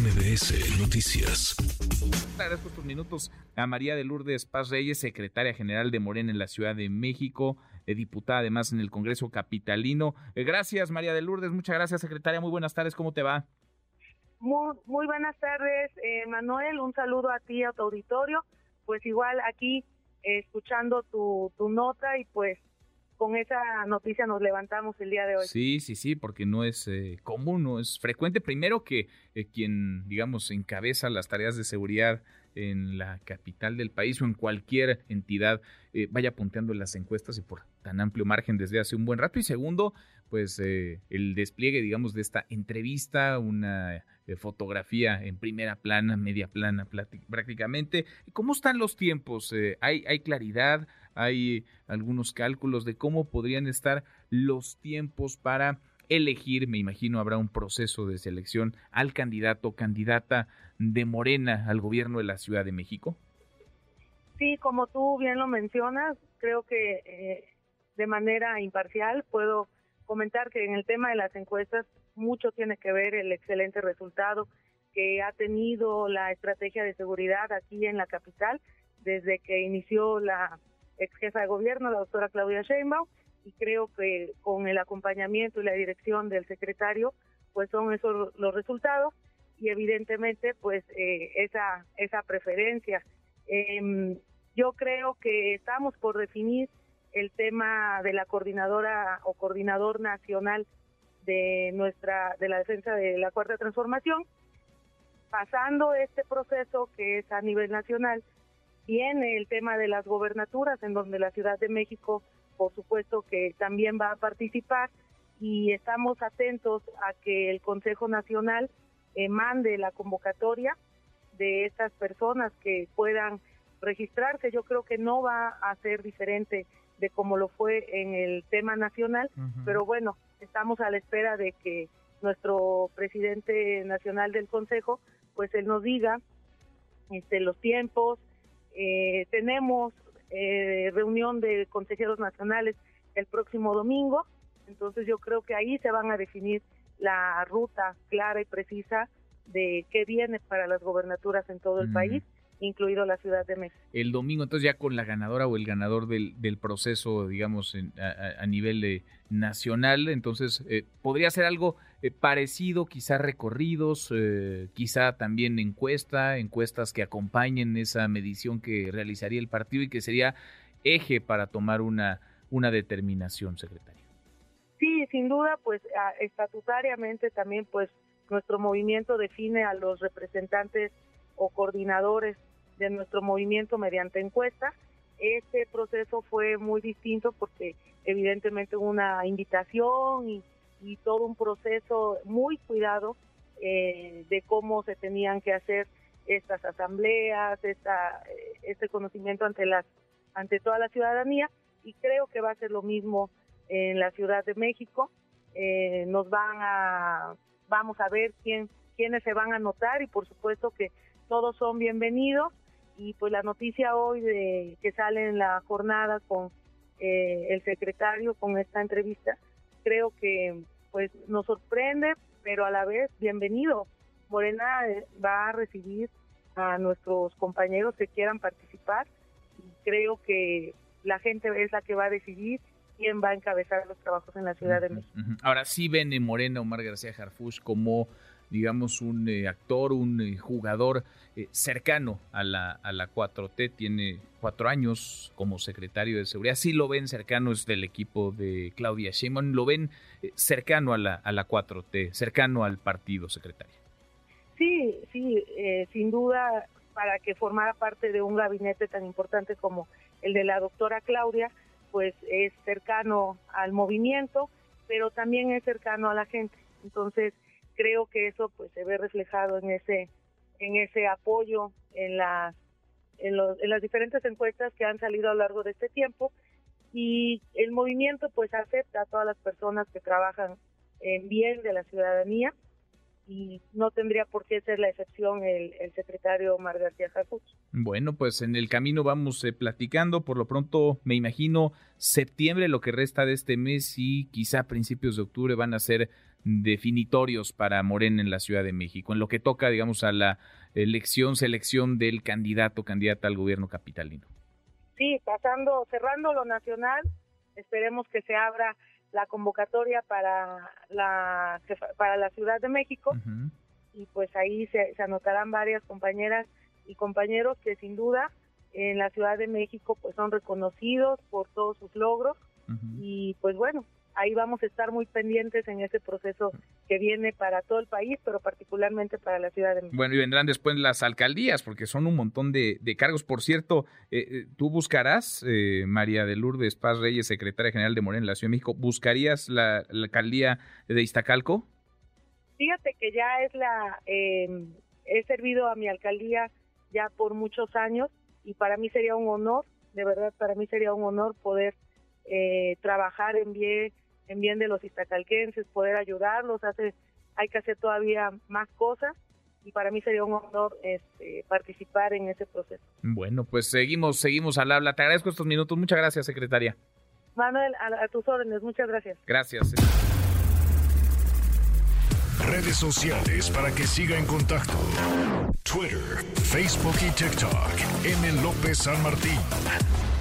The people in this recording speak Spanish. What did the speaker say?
MBS Noticias. Agradezco estos minutos a María de Lourdes Paz Reyes, secretaria general de Morena en la Ciudad de México, diputada además en el Congreso Capitalino. Gracias, María de Lourdes, muchas gracias, secretaria. Muy buenas tardes, ¿cómo te va? Muy buenas tardes, Manuel, un saludo a ti, a tu auditorio. Pues igual aquí escuchando tu nota y pues con esa noticia nos levantamos el día de hoy. Sí, porque no es común, no es frecuente. Primero que quien, digamos, encabeza las tareas de seguridad en la capital del país o en cualquier entidad vaya punteando en las encuestas y por tan amplio margen desde hace un buen rato. Y segundo, pues el despliegue, digamos, de esta entrevista, una fotografía en primera plana, media plana prácticamente. ¿Cómo están los tiempos? ¿Hay claridad? ¿Hay algunos cálculos de cómo podrían estar los tiempos para elegir? Me imagino habrá un proceso de selección al candidato o candidata de Morena al gobierno de la Ciudad de México. Sí, como tú bien lo mencionas, creo que de manera imparcial puedo comentar que en el tema de las encuestas mucho tiene que ver el excelente resultado que ha tenido la estrategia de seguridad aquí en la capital desde que inició la ex jefa de gobierno, la doctora Claudia Sheinbaum, y creo que con el acompañamiento y la dirección del secretario, pues son esos los resultados y evidentemente pues esa preferencia. Yo creo que estamos por definir el tema de la coordinadora o coordinador nacional de la defensa de la Cuarta Transformación. Pasando este proceso que es a nivel nacional, viene el tema de las gobernaturas, en donde la Ciudad de México, por supuesto que también va a participar, y estamos atentos a que el Consejo Nacional mande la convocatoria de estas personas que puedan registrarse. Yo creo que no va a ser diferente de como lo fue en el tema nacional, pero bueno, estamos a la espera de que nuestro presidente nacional del Consejo, pues él nos diga los tiempos. Tenemos reunión de consejeros nacionales el próximo domingo, entonces yo creo que ahí se van a definir la ruta clara y precisa de qué viene para las gobernaturas en todo el país, incluido la Ciudad de México. El domingo, entonces, ya con la ganadora o el ganador del proceso, digamos, a nivel nacional, entonces, ¿podría ser algo parecido, quizá recorridos, quizá también encuestas que acompañen esa medición que realizaría el partido y que sería eje para tomar una determinación, secretaria? Sí, sin duda, pues estatutariamente también, pues, nuestro movimiento define a los representantes o coordinadores de nuestro movimiento mediante encuesta. Este proceso fue muy distinto porque evidentemente hubo una invitación y todo un proceso muy cuidado de cómo se tenían que hacer estas asambleas, este conocimiento ante toda la ciudadanía, y creo que va a ser lo mismo en la Ciudad de México. Vamos a ver quiénes se van a anotar, y por supuesto que todos son bienvenidos. Y pues la noticia hoy de que sale en la jornada con el secretario, con esta entrevista, creo que pues nos sorprende, pero a la vez bienvenido. Morena va a recibir a nuestros compañeros que quieran participar, y creo que la gente es la que va a decidir quién va a encabezar los trabajos en la Ciudad de México. Ahora, sí ven en Morena Omar García Harfuch como, digamos, un actor, un jugador cercano a la 4T, tiene 4 años como secretario de Seguridad. Sí lo ven cercano, es del equipo de Claudia Sheinbaum, lo ven cercano a la 4T, cercano al partido, secretaria. Sí, sin duda, para que formara parte de un gabinete tan importante como el de la doctora Claudia, pues es cercano al movimiento, pero también es cercano a la gente. Entonces, creo que eso pues se ve reflejado en ese apoyo en las diferentes encuestas que han salido a lo largo de este tiempo, y el movimiento pues acepta a todas las personas que trabajan en bien de la ciudadanía, y no tendría por qué ser la excepción el secretario Omar García Harfuch. Bueno, pues en el camino vamos platicando. Por lo pronto, me imagino septiembre, lo que resta de este mes, y quizá principios de octubre van a ser definitorios para Morena en la Ciudad de México, en lo que toca, digamos, a la selección del candidata al gobierno capitalino. Sí, cerrando lo nacional, esperemos que se abra la convocatoria para la Ciudad de México. Uh-huh. Y pues ahí se anotarán varias compañeras y compañeros que sin duda en la Ciudad de México pues son reconocidos por todos sus logros. Uh-huh. Y pues bueno, ahí vamos a estar muy pendientes en ese proceso que viene para todo el país, pero particularmente para la Ciudad de México. Bueno, y vendrán después las alcaldías, porque son un montón de cargos. Por cierto, tú buscarás, María de Lourdes Paz Reyes, secretaria general de Morena en la Ciudad de México, ¿buscarías la alcaldía de Iztacalco? Fíjate que ya he servido a mi alcaldía ya por muchos años y para mí sería un honor, de verdad, para mí sería un honor poder trabajar en bien de los iztacalquenses, poder ayudarlos. Hay que hacer todavía más cosas y para mí sería un honor participar en ese proceso. Bueno, pues seguimos al habla. Te agradezco estos minutos. Muchas gracias, secretaria. Manuel, a tus órdenes. Muchas gracias. Gracias. Redes sociales para que siga en contacto: Twitter, Facebook y TikTok. M. López San Martín.